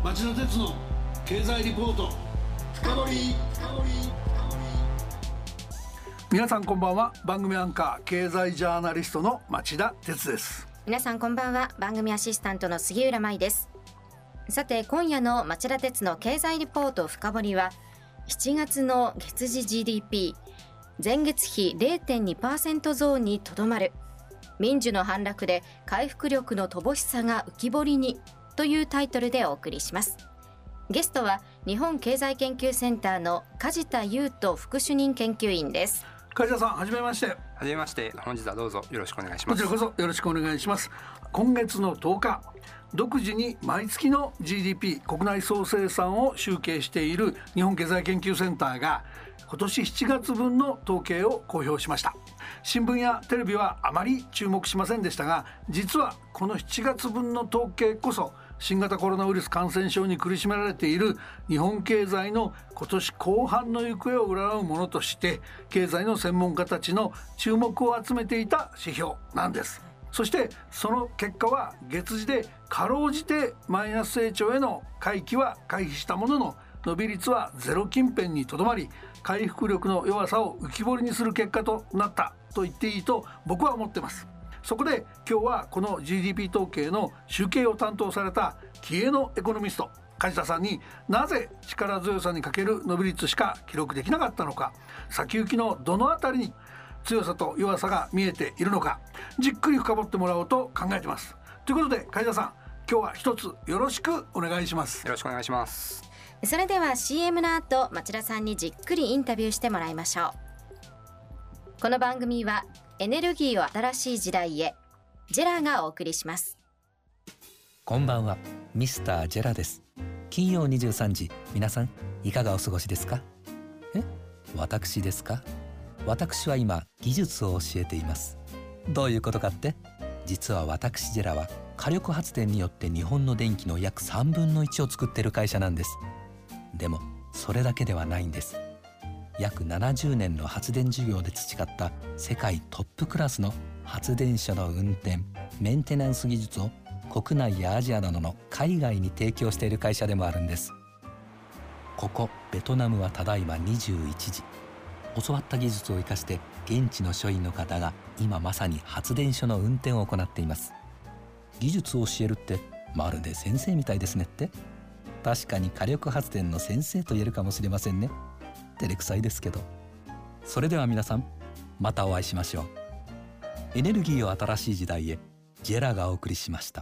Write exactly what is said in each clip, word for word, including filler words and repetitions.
町田鉄の経済リポート深掘り。皆さんこんばんは。番組アンカー経済ジャーナリストの町田鉄です。 皆さんこんばんは。番組アシスタントの杉浦舞です。さて今夜の町田鉄の経済リポート深掘りは、しちがつの月次 ジーディーピー 前月比 ゼロテンにパーセント 増にとどまる、民需の反落で回復力の乏しさが浮き彫りにというタイトルでお送りします。ゲストは日本経済研究センターの梶田優斗副主任研究員です。 梶田さん、はじめまして。 はじめまして。本日はどうぞよろしくお願いします。 こちらこそよろしくお願いします。今月のとおか、独自に毎月の ジーディーピー 国内総生産を集計している日本経済研究センターが今年しちがつぶんの統計を公表しました。新聞やテレビはあまり注目しませんでしたが、実はこのしちがつぶんの統計こそ新型コロナウイルス感染症に苦しめられている日本経済の今年後半の行方を占うものとして、経済の専門家たちの注目を集めていた指標なんです。そしてその結果は月次でかろうじてマイナス成長への回帰は回避したものの、伸び率はゼロ近辺にとどまり、回復力の弱さを浮き彫りにする結果となったと言っていいと僕は思っています。そこで今日はこの ジーディーピー 統計の集計を担当された気鋭のエコノミスト梶田さんに、なぜ力強さに欠ける伸び率しか記録できなかったのか、先行きのどのあたりに強さと弱さが見えているのか、じっくり深掘ってもらおうと考えています。ということで梶田さん、今日は一つよろしくお願いします。 よろしくお願いします。 それでは シーエム の後、町田さんにじっくりインタビューしてもらいましょう。この番組はエネルギーを新しい時代へ、ジェラがお送りします。 こんばんは、ミスタージェラです。金曜にじゅうさんじ、皆さんいかがお過ごしですか？え、私ですか？私は今技術を教えています。どういうことかって、実は私ジェラは火力発電によって日本の電気の約さんぶんのいちを作っている会社なんです。でもそれだけではないんです。約ななじゅうねんの発電事業で培った世界トップクラスの発電所の運転・メンテナンス技術を国内やアジアなどの海外に提供している会社でもあるんです。ここベトナムはただいまにじゅういちじ。教わった技術を生かして現地の所員の方が今まさに発電所の運転を行っています。技術を教えるってまるで先生みたいですねって。確かに火力発電の先生と言えるかもしれませんね。照れくさいですけど。それでは皆さん、またお会いしましょう。エネルギーを新しい時代へ、ジェラがお送りしました。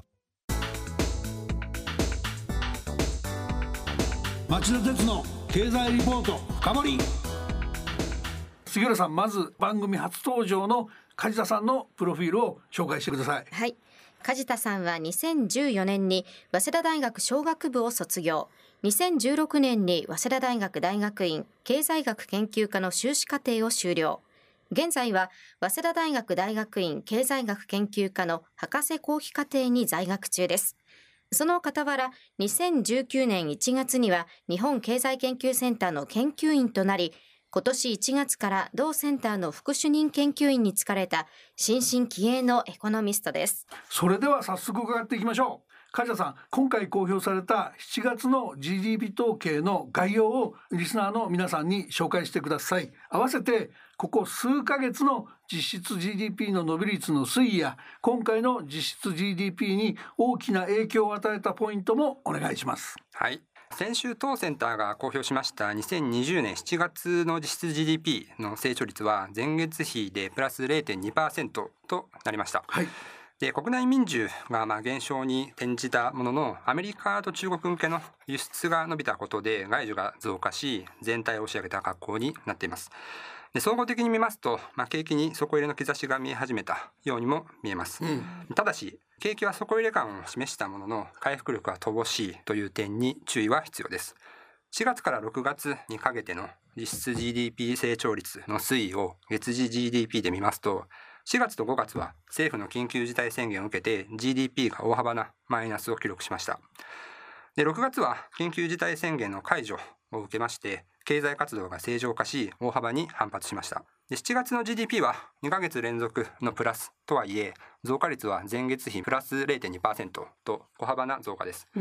町田鉄の経済リポート深掘り。杉浦さん、まず番組初登場の梶田さんのプロフィールを紹介してください。 はい、梶田さんはにせんじゅうよねんに早稲田大学商学部を卒業、にせんじゅうろくねんに早稲田大学大学院経済学研究科の修士課程を修了。現在は早稲田大学大学院経済学研究科の博士後期課程に在学中です。その傍らにせんじゅうきゅうねんいちがつには日本経済研究センターの研究員となり、今年いちがつから同センターの副主任研究員に就かれた新進気鋭のエコノミストです。 それでは早速伺っていきましょう。梶田さん、今回公表されたしちがつの ジーディーピー 統計の概要をリスナーの皆さんに紹介してください。合わせてここ数ヶ月の実質 ジーディーピー の伸び率の推移や、今回の実質 ジーディーピー に大きな影響を与えたポイントもお願いします。 はい、先週当センターが公表しましたにせんにじゅうねんしちがつの実質 ジーディーピー の成長率は前月比でプラス ゼロテンにパーセント となりました。 はい、 で国内民需がまあ減少に転じたものの、アメリカと中国向けの輸出が伸びたことで外需が増加し、全体を押し上げた格好になっています。で総合的に見ますと、まあ、景気に底入れの兆しが見え始めたようにも見えます、うん、ただし景気は底入れ感を示したものの回復力は乏しいという点に注意は必要です。しがつからろくがつにかけての実質 ジーディーピー 成長率の推移を月次 ジーディーピー で見ますと、しがつとごがつは政府の緊急事態宣言を受けて ジーディーピー が大幅なマイナスを記録しました。でろくがつは緊急事態宣言の解除を受けまして経済活動が正常化し大幅に反発しました。でしちがつの ジーディーピー はにかげつ連続のプラスとはいえ増加率は前月比プラス ゼロテンにパーセント と小幅な増加です、うん、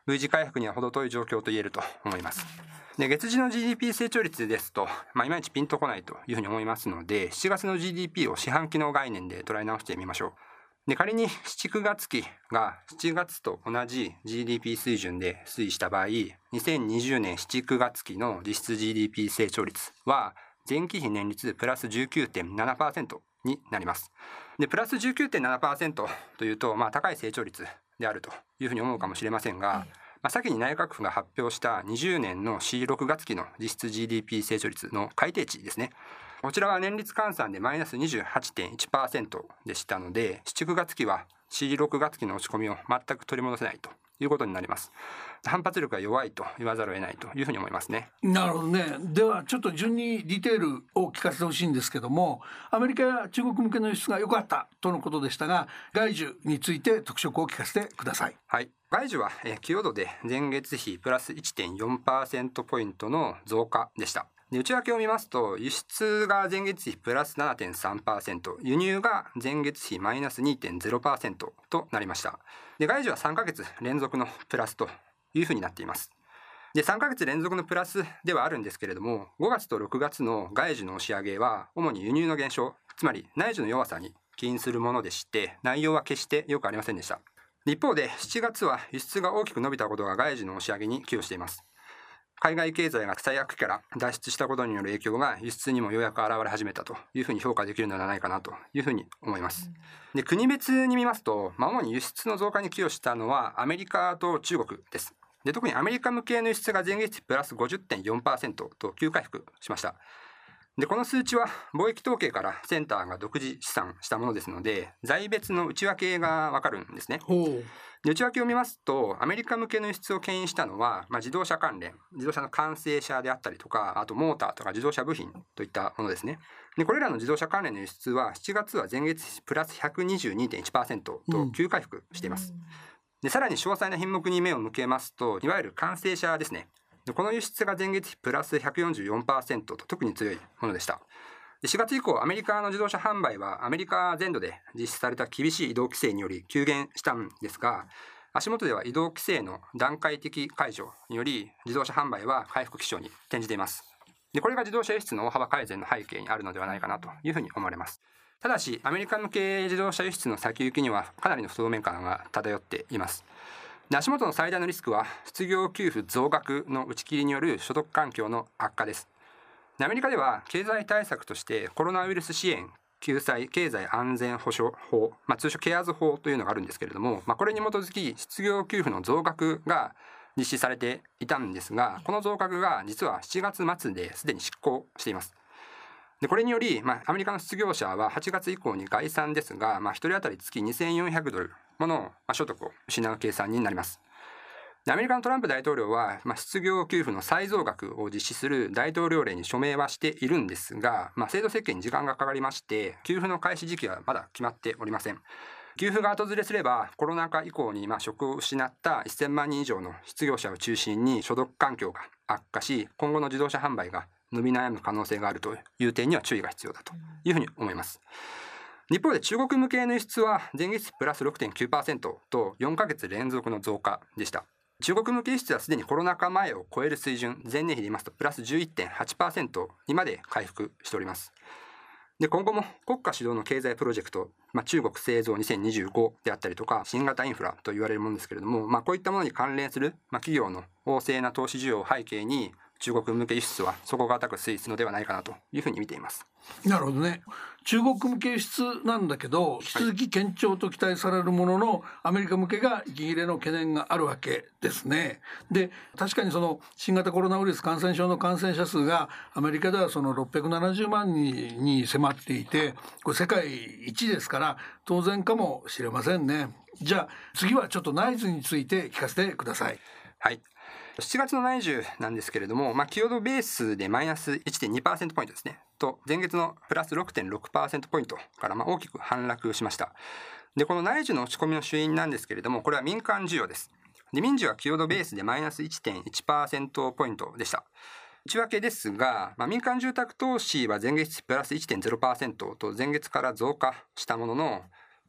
V 字回復には程遠い状況と言えると思います。で月次の ジーディーピー 成長率ですと、まあ、いまいちピンとこないというふうに思いますので、しちがつの ジーディーピー を四半期の概念で捉え直してみましょう。で仮になな、くがつ期がしちがつと同じ ジーディーピー 水準で推移した場合、にせんにじゅうねんしち、くがつ期の実質 ジーディーピー 成長率は前期比年率プラス じゅうきゅうてんななパーセント になります。でプラス じゅうきゅうてんななパーセント というと、まあ、高い成長率であるというふうに思うかもしれませんが、まあ、先に内閣府が発表したにじゅうねんのよん、ろくがつ期の実質 ジーディーピー 成長率の改定値ですね。こちらは年率換算でマイナス にじゅうはちてんいちパーセント でしたので、しち、くがつ期はよん、ろくがつ期の落ち込みを全く取り戻せないということになります。反発力が弱いと言わざるを得ないというふうに思いますね。 なるほどね。ではちょっと順にディテールを聞かせてほしいんですけども、アメリカや中国向けの輸出が良かったとのことでしたが、外需について特色を聞かせてください。 はい、外需はえ寄与度で前月比プラス いってんよんパーセント ポイントの増加でした。で内訳を見ますと、輸出が前月比プラス ななてんさんパーセント、輸入が前月比マイナス にてんゼロパーセント となりました。で外需はさんかげつ連続のプラスというふうになっています。でさんかげつ連続のプラスではあるんですけれども、ごがつとろくがつの外需の押し上げは主に輸入の減少、つまり内需の弱さに起因するものでして、内容は決して良くありませんでした。で一方でしちがつは輸出が大きく伸びたことが外需の押し上げに寄与しています。海外経済が最悪期から脱出したことによる影響が輸出にもようやく現れ始めたというふうに評価できるのではないかなというふうに思います。で国別に見ますと、まあ、主に輸出の増加に寄与したのはアメリカと中国です。で特にアメリカ向けの輸出が前月比プラス ごじゅってんよんパーセント と急回復しました。でこの数値は貿易統計からセンターが独自試算したものですので、財別の内訳がわかるんですね。で内訳を見ますと、アメリカ向けの輸出を牽引したのは、まあ、自動車関連、自動車の完成車であったりとか、あとモーターとか自動車部品といったものですね。でこれらの自動車関連の輸出はしちがつは前月比プラス ひゃくにじゅうにてんいちパーセント と急回復しています。でさらに詳細な品目に目を向けますと、いわゆる完成車ですね。でこの輸出が前月比プラス ひゃくよんじゅうよんパーセント と特に強いものでした。でしがつ以降、アメリカの自動車販売はアメリカ全土で実施された厳しい移動規制により急減したんですが、足元では移動規制の段階的解除により自動車販売は回復基調に転じています。でこれが自動車輸出の大幅改善の背景にあるのではないかなというふうに思われます。ただしアメリカ向け自動車輸出の先行きにはかなりの不透明感が漂っています。で足元の最大のリスクは失業給付増額の打ち切りによる所得環境の悪化です。でアメリカでは経済対策としてコロナウイルス支援救済経済安全保障法、まあ、通称ケアーズ法というのがあるんですけれども、まあ、これに基づき失業給付の増額が実施されていたんですが、この増額が実はしちがつ末ですでに執行しています。でこれにより、まあ、アメリカの失業者ははちがつ以降に概算ですが、まあ、ひとり当たり月にせんよんひゃくドルもの所得を失う計算になります。でアメリカのトランプ大統領は、まあ、失業給付の再増額を実施する大統領令に署名はしているんですが、まあ、制度設計に時間がかかりまして、給付の開始時期はまだ決まっておりません。給付が後ずれすれば、コロナ禍以降にまあ職を失ったせんまんにん以上の失業者を中心に所得環境が悪化し、今後の自動車販売が伸び悩む可能性があるという点には注意が必要だというふうに思います。一方で中国向けの輸出は前月比プラス ろくてんきゅうパーセント とよんかげつ連続の増加でした。中国向け輸出はすでにコロナ禍前を超える水準、前年比で言いますとプラス じゅういってんはちパーセント にまで回復しております。で今後も国家主導の経済プロジェクト、まあ、中国製造にせんにじゅうごであったりとか新型インフラと言われるものですけれども、まあ、こういったものに関連する、まあ、企業の旺盛な投資需要を背景に中国向け輸出は底堅く推移するのではないかなというふうに見ています。 なるほどね。中国向け輸出なんだけど、引き続き堅調と期待されるものの、アメリカ向けが息切れの懸念があるわけですね。で確かにその新型コロナウイルス感染症の感染者数がアメリカではそのろっぴゃくななじゅうまんにんに迫っていて、これ世界一ですから当然かもしれませんね。じゃあ次はちょっと内需について聞かせてください。 はい、しちがつの内需なんですけれども、まあ、寄与度ベースでマイナス いってんにパーセント ポイントですねと、前月のプラス ろくてんろくパーセント ポイントからまあ大きく反落しました。でこの内需の落ち込みの主因なんですけれども、これは民間需要です。で民需は寄与度ベースでマイナス いってんいちパーセント ポイントでした。内訳ですが、まあ、民間住宅投資は前月比プラス いってんゼロパーセント と前月から増加したものの、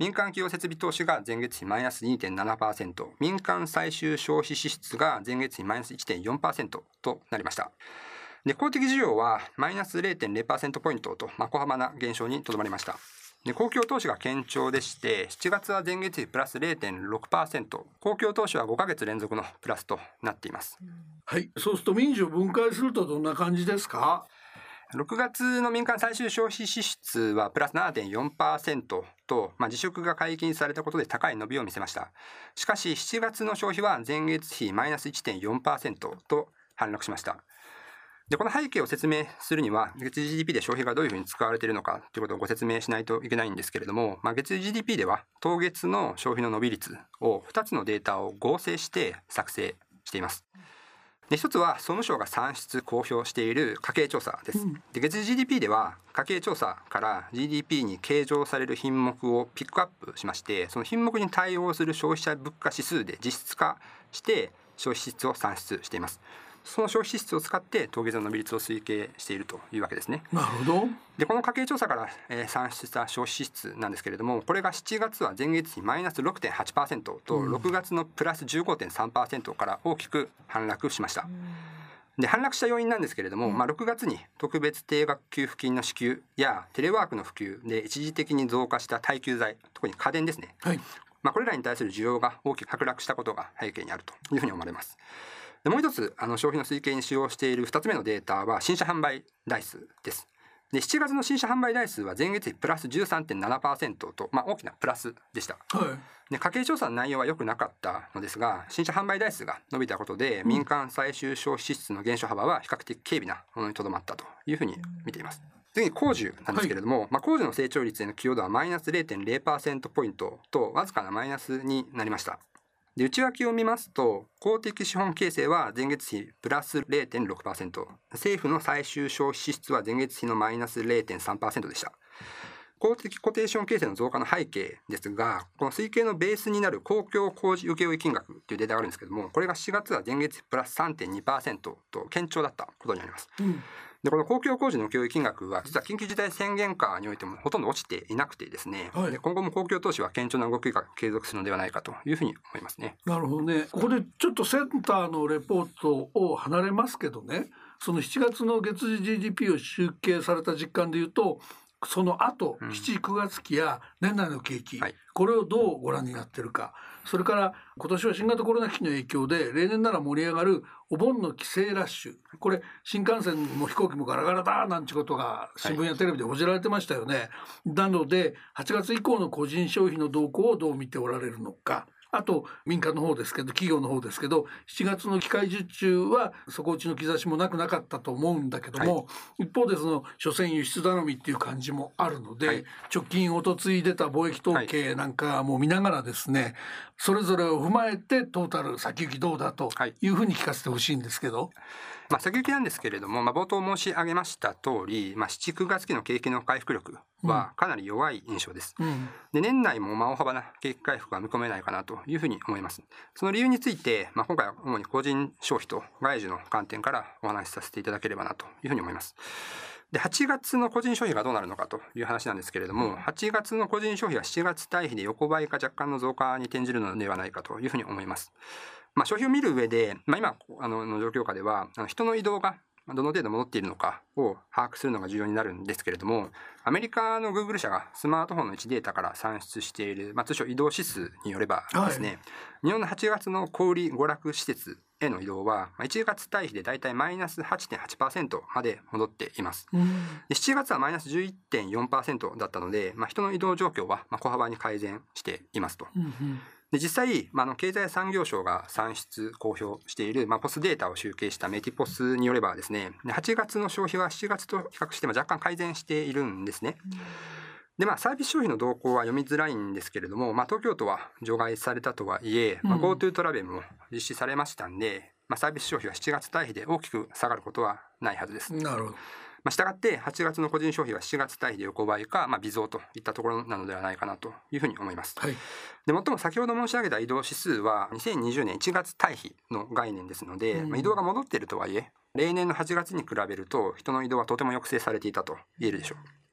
民間企業設備投資が前月比マイナス にてんななパーセント、民間最終消費支出が前月比マイナス いってんよんパーセント となりました。で公的需要はマイナス れいてんれいパーセント ポイントと、まあ、小幅な減少にとどまりました。で公共投資が堅調でして、しちがつは前月比プラス れいてんろくパーセント、公共投資はごかげつ連続のプラスとなっています。 はい、そうすると民需を分解するとどんな感じですか？ ろくがつの民間最終消費支出はプラス ななてんよんパーセント と、まあ、自粛が解禁されたことで高い伸びを見せました。しかししちがつの消費は前月比マイナス いってんよんパーセント と反落しました。でこの背景を説明するには、月 ジーディーピー で消費がどういうふうに使われているのかということをご説明しないといけないんですけれども、まあ、月 ジーディーピー では当月の消費の伸び率をふたつのデータを合成して作成しています。で一つは総務省が算出公表している家計調査です。で月 ジーディーピー では家計調査から ジーディーピー に計上される品目をピックアップしまして、その品目に対応する消費者物価指数で実質化して消費支出を算出しています。その消費支出を使って当月の伸び率を推計しているというわけですね。 なるほど。 でこの家計調査から、えー、算出した消費支出なんですけれども、これがしちがつは前月比マイナス ろくてんはちパーセント と、うん、ろくがつのプラス じゅうごてんさんパーセント から大きく反落しました。で反落した要因なんですけれども、まあ、ろくがつに特別定額給付金の支給やテレワークの普及で一時的に増加した耐久財、特に家電ですね、はい、まあ、これらに対する需要が大きく剥落したことが背景にあるというふうに思われます。でもう一つあの消費の推計に使用しているふたつめのデータは新車販売台数です。でしちがつの新車販売台数は前月比プラス じゅうさんてんななパーセント と、まあ、大きなプラスでした。はい、で家計調査の内容は良くなかったのですが、新車販売台数が伸びたことで、うん、民間最終消費支出の減少幅は比較的軽微なものにとどまったというふうに見ています。次に工需なんですけれども、はい、まあ、工需の成長率への寄与度はマイナス れいてんれいパーセント ポイントとわずかなマイナスになりました。で内訳を見ますと、公的資本形成は前月比プラス れいてんろくパーセント、政府の最終消費支出は前月比のマイナス れいてんさんパーセント でした。公的固定資本形成の増加の背景ですが、この推計のベースになる公共工事請負金額というデータがあるんですけども、これがしちがつは前月比プラス さんてんにパーセント と堅調だったことになります。うん、でこの公共工事の請負金額は実は緊急事態宣言下においてもほとんど落ちていなくてですね、はい、で今後も公共投資は堅調な動きが継続するのではないかというふうに思いますね。 なるほどね。ここでちょっとセンターのレポートを離れますけどね、そのしちがつの月 ジーディーピー を集計された実感でいうと、その後、うん、しち、くがつ期や年内の景気、はい、これをどうご覧になっているか、それから今年は新型コロナ危機の影響で例年なら盛り上がるお盆の帰省ラッシュ、これ新幹線も飛行機もガラガラだなんてことが新聞やテレビで報じられてましたよね。はい、なのではちがつ以降の個人消費の動向をどう見ておられるのか、あと民間の方ですけど、企業の方ですけど、しちがつの機械受注は底打ちの兆しもなくなかったと思うんだけども、はい、一方でその所詮輸出頼みっていう感じもあるので、はい、直近おとつい出た貿易統計なんかも見ながらですね、はい、それぞれを踏まえてトータル先行きどうだというふうに聞かせてほしいんですけど。 まあ、先行きなんですけれども、まあ、冒頭申し上げました通り、まあ、しち、くがつ期の景気の回復力はかなり弱い印象です。うん、で年内もまあ大幅な景気回復が見込めないかなというふうに思います。その理由について、まあ、今回は主に個人消費と外需の観点からお話しさせていただければなというふうに思います。ではちがつの個人消費がどうなるのかという話なんですけれども、はちがつの個人消費はしちがつ対比で横ばいか若干の増加に転じるのではないかというふうに思います。まあ、消費を見る上で、まあ、今あのの状況下ではあの人の移動がどの程度戻っているのかを把握するのが重要になるんですけれども、アメリカの Google 社がスマートフォンの位置データから算出している、まあ、通称移動指数によればですね、はい、日本のはちがつの小売娯楽施設への移動はいちがつ対比でだいたいマイナス はちてんはちパーセント まで戻っています。でしちがつはマイナス じゅういってんよんパーセント だったので、まあ、人の移動状況はまあ小幅に改善していますと。うんうん、で実際、まあ、の経済産業省が算出公表している、まあ、ポスデータを集計したメティポスによればですね、はちがつの消費はしちがつと比較しても若干改善しているんですね。でまあ、サービス消費の動向は読みづらいんですけれども、まあ、東京都は除外されたとはいえ、まあ、GoTo トラベルも実施されましたんで、まあ、サービス消費はしちがつ対比で大きく下がることはないはずです。 なるほど。 まあ、したがってはちがつの個人消費はしちがつ対比で横ばいか、まあ、微増といったところなのではないかなというふうに思います。はい、でもっとも先ほど申し上げた移動指数はにせんにじゅうねんいちがつ対比の概念ですので、うんまあ、移動が戻っているとはいえ例年のはちがつに比べると人の移動はとても抑制されていたと言えるでしょう。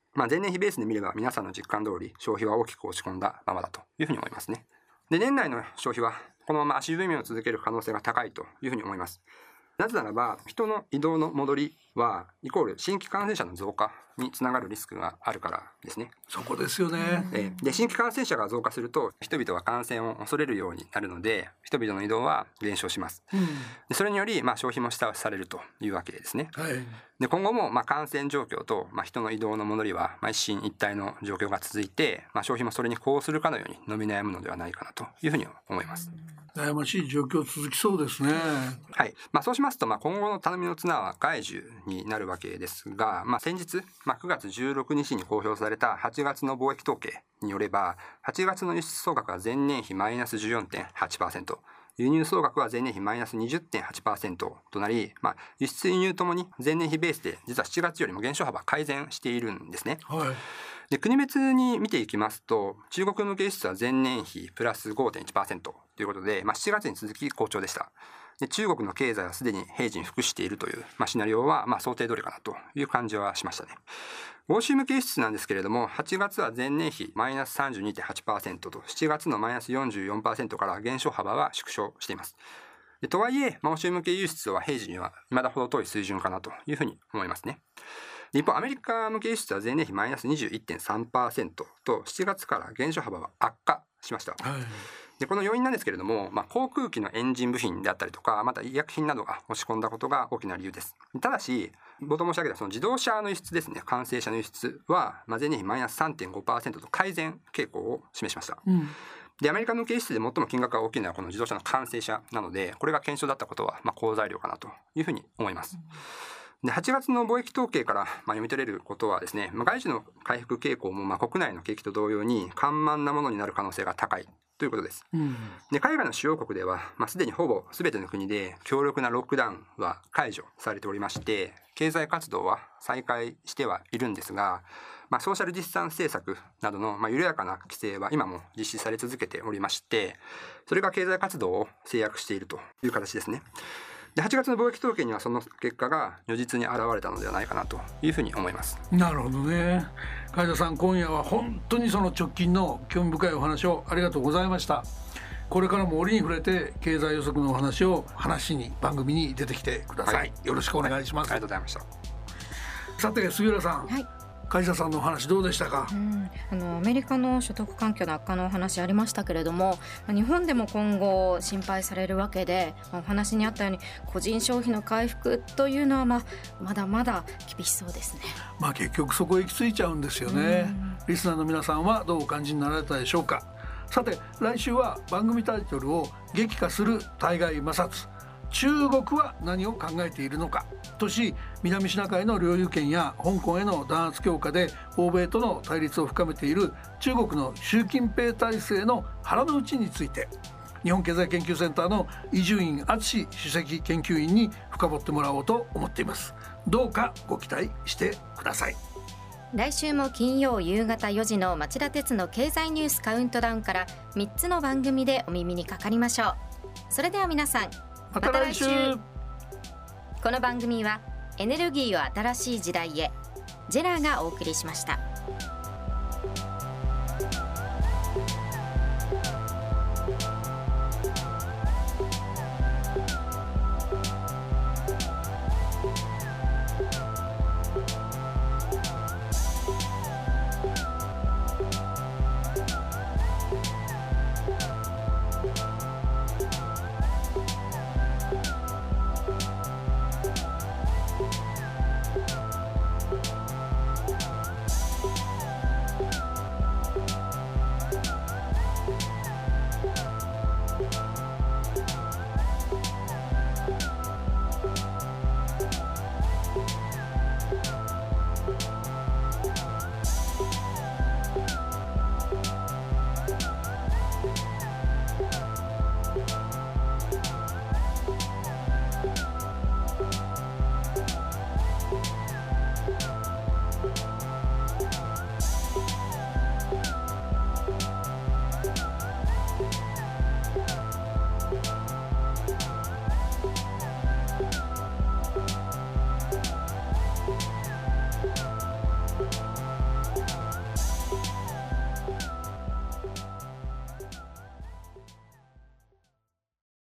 まあ、前年比ベースで見れば皆さんの実感通り消費は大きく落ち込んだままだというふうに思いますね。で、年内の消費はこのまま足踏みを続ける可能性が高いというふうに思います。なぜならば、人の移動の戻りはイコール新規感染者の増加につながるリスクがあるからですね。 そこですよね。 えで、新規感染者が増加すると人々は感染を恐れるようになるので、人々の移動は減少します。うん、でそれにより、まあ、消費も下押しされるというわけですね。はい、で今後も、まあ、感染状況と、まあ、人の移動の戻りは、まあ、一進一退の状況が続いて、まあ、消費もそれに呼応するかのように伸び悩むのではないかなというふうに思います。 悩ましい状況続きそうですね。 はい、まあ、そうしますと、まあ、今後の頼みの綱は外需になるわけですが、まあ、先日、まあ、くがつじゅうろくにちに公表されたはちがつの貿易統計によれば、はちがつの輸出総額は前年比マイナス じゅうよんてんはちパーセント、輸入総額は前年比マイナス にじゅってんはちパーセント となり、まあ、輸出輸入ともに前年比ベースで実はしちがつよりも減少幅改善しているんですね。はい、で国別に見ていきますと、中国向け輸出は前年比プラス ごてんいちパーセント ということで、まあ、しちがつに続き好調でした。で中国の経済はすでに平時に服しているという、まあ、シナリオはまあ想定通りかなという感じはしましたね。欧州向け輸出なんですけれども、はちがつは前年比マイナス さんじゅうにてんはちパーセント としちがつのマイナス よんじゅうよんパーセント から減少幅は縮小しています。でとはいえ、まあ、欧州向け輸出は平時には未だ程遠い水準かなというふうに思いますね。一方、アメリカ向け輸出は前年比マイナス にじゅういってんさんパーセント としちがつから減少幅は悪化しました。はい、でこの要因なんですけれども、まあ、航空機のエンジン部品であったりとか、また医薬品などが落ち込んだことが大きな理由です。ただし、冒頭申し上げたその自動車の輸出ですね、完成車の輸出は、まあ、前年比マイナス さんてんごパーセント と改善傾向を示しました。うん、でアメリカ向け輸出で最も金額が大きいのはこの自動車の完成車なので、これが堅調だったことはまあ好材料かなというふうに思います。ではちがつの貿易統計からまあ読み取れることはですね、まあ、外需の回復傾向もまあ国内の景気と同様に緩慢なものになる可能性が高いということです。うん、で海外の主要国では、まあ、すでにほぼ全ての国で強力なロックダウンは解除されておりまして、経済活動は再開してはいるんですが、まあ、ソーシャルディスタンス政策などのまあ緩やかな規制は今も実施され続けておりまして、それが経済活動を制約しているという形ですね。ではちがつの貿易統計にはその結果が如実に現れたのではないかなというふうに思います。 なるほどね。海田さん、今夜は本当にその直近の興味深いお話をありがとうございました。これからも折に触れて経済予測のお話を話に番組に出てきてください。はい、よろしくお願いします。 はい、ありがとうございました。 さて杉浦さん、はい、海田さんのお話どうでしたか？ うん、あのアメリカの所得環境の悪化のお話ありましたけれども、日本でも今後心配されるわけで、お話にあったように個人消費の回復というのは、まあ、まだまだ厳しそうですね。 まあ、結局そこへ行き着いちゃうんですよね。リスナーの皆さんはどうお感じになられたでしょうか？さて来週は番組タイトルを激化する対外摩擦、中国は何を考えているのかとし、南シナ海の領有権や香港への弾圧強化で欧米との対立を深めている中国の習近平体制の腹の内について、日本経済研究センターの伊集院敦首席研究員に深掘ってもらおうと思っています。どうかご期待してください。 来週も金曜夕方よじの町田鉄の経済ニュースカウントダウンからみっつの番組でお耳にかかりましょう。それでは皆さん、 また来週。 この番組はエネルギーを新しい時代へ、ジェラがお送りしました。